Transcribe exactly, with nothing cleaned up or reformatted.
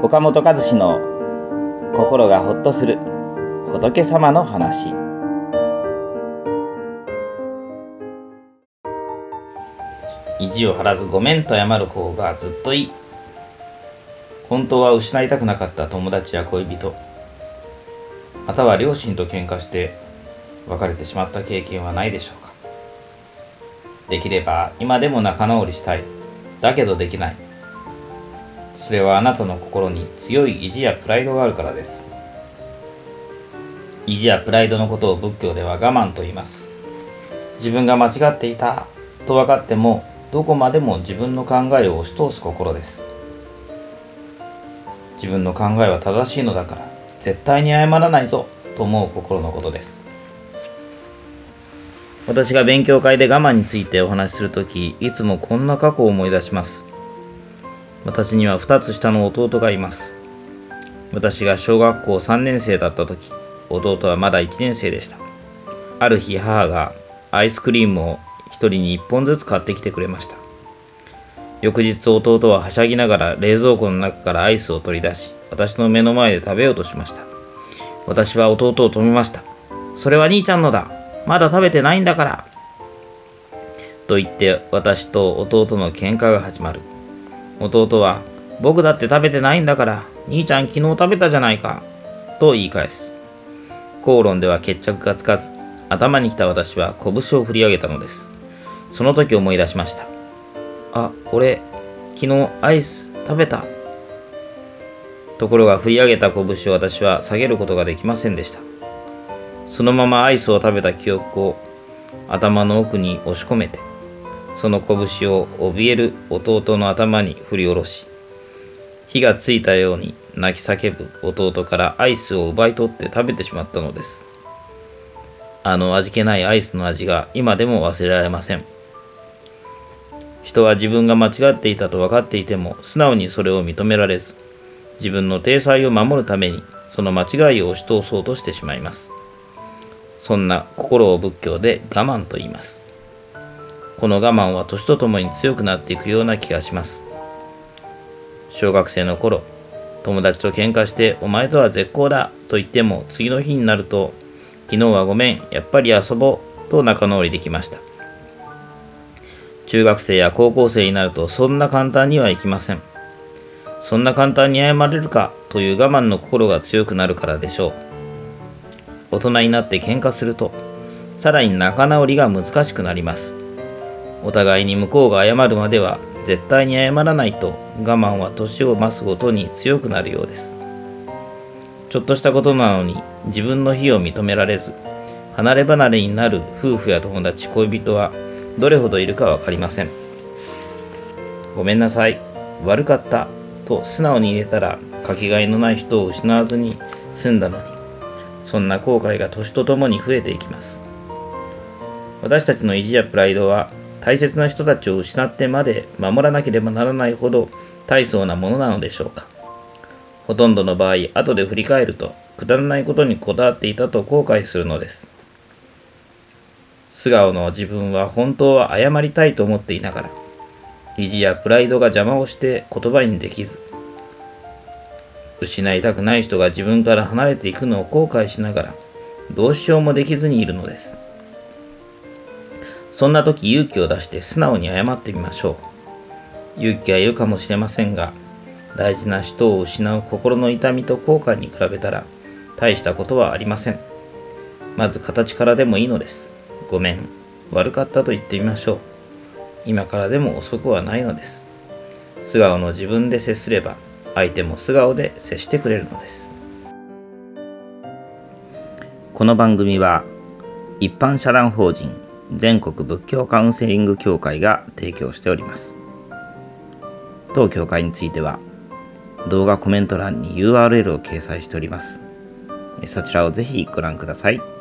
岡本和志の心がほっとする仏様の話。意地を張らずごめんと謝る方がずっといい。本当は失いたくなかった友達や恋人、または両親と喧嘩して別れてしまった経験はないでしょうか。できれば今でも仲直りしたい。だけどできない。それはあなたの心に強い意地やプライドがあるからです。意地やプライドのことを仏教では我慢と言います。自分が間違っていたと分かっても、どこまでも自分の考えを押し通す心です。自分の考えは正しいのだから絶対に謝らないぞと思う心のことです。私が勉強会で我慢についてお話しするとき、いつもこんな過去を思い出します。私にはふたつ下の弟がいます。私が小学校さんねん生だったとき、弟はまだいちねん生でした。ある日、母がアイスクリームをひとりにいっぽんずつ買ってきてくれました。翌日、弟ははしゃぎながら冷蔵庫の中からアイスを取り出し、私の目の前で食べようとしました。私は弟を止めました。それは兄ちゃんのだ。まだ食べてないんだから。と言って私と弟の喧嘩が始まる。弟は、僕だって食べてないんだから、兄ちゃん昨日食べたじゃないか。と言い返す。口論では決着がつかず、頭にきた私は拳を振り上げたのです。その時思い出しました。あ、俺、昨日アイス食べた。ところが振り上げた拳を私は下げることができませんでした。そのままアイスを食べた記憶を頭の奥に押し込めて、その拳を怯える弟の頭に振り下ろし、火がついたように泣き叫ぶ弟からアイスを奪い取って食べてしまったのです。あの味気ないアイスの味が今でも忘れられません。人は自分が間違っていたと分かっていても、素直にそれを認められず、自分の体裁を守るためにその間違いを押し通そうとしてしまいます。そんな心を仏教で我慢と言います。この我慢は年とともに強くなっていくような気がします。小学生の頃、友達と喧嘩してお前とは絶交だと言っても、次の日になると昨日はごめん、やっぱり遊ぼうと仲直りできました。中学生や高校生になるとそんな簡単にはいきません。そんな簡単に謝れるかという我慢の心が強くなるからでしょう。大人になって喧嘩すると、さらに仲直りが難しくなります。お互いに向こうが謝るまでは絶対に謝らないと、我慢は年を増すごとに強くなるようです。ちょっとしたことなのに自分の非を認められず、離れ離れになる夫婦や友達、恋人はどれほどいるかわかりません。ごめんなさい、悪かったと素直に言えたら、かけがえのない人を失わずに済んだのに、そんな後悔が年とともに増えていきます。私たちの意地やプライドは、大切な人たちを失ってまで守らなければならないほど大層なものなのでしょうか。ほとんどの場合、後で振り返ると、くだらないことにこだわっていたと後悔するのです。素顔の自分は本当は謝りたいと思っていながら、意地やプライドが邪魔をして言葉にできず、失いたくない人が自分から離れていくのを後悔しながら、どうしようもできずにいるのです。そんな時、勇気を出して素直に謝ってみましょう。勇気はいるかもしれませんが、大事な人を失う心の痛みと後悔に比べたら大したことはありません。まず形からでもいいのです。ごめん、悪かったと言ってみましょう。今からでも遅くはないのです。素顔の自分で接すれば、相手も素顔で接してくれるのです。この番組は一般社団法人全国仏教カウンセリング協会が提供しております。当協会については動画コメント欄に ユーアールエル を掲載しております。そちらをぜひご覧ください。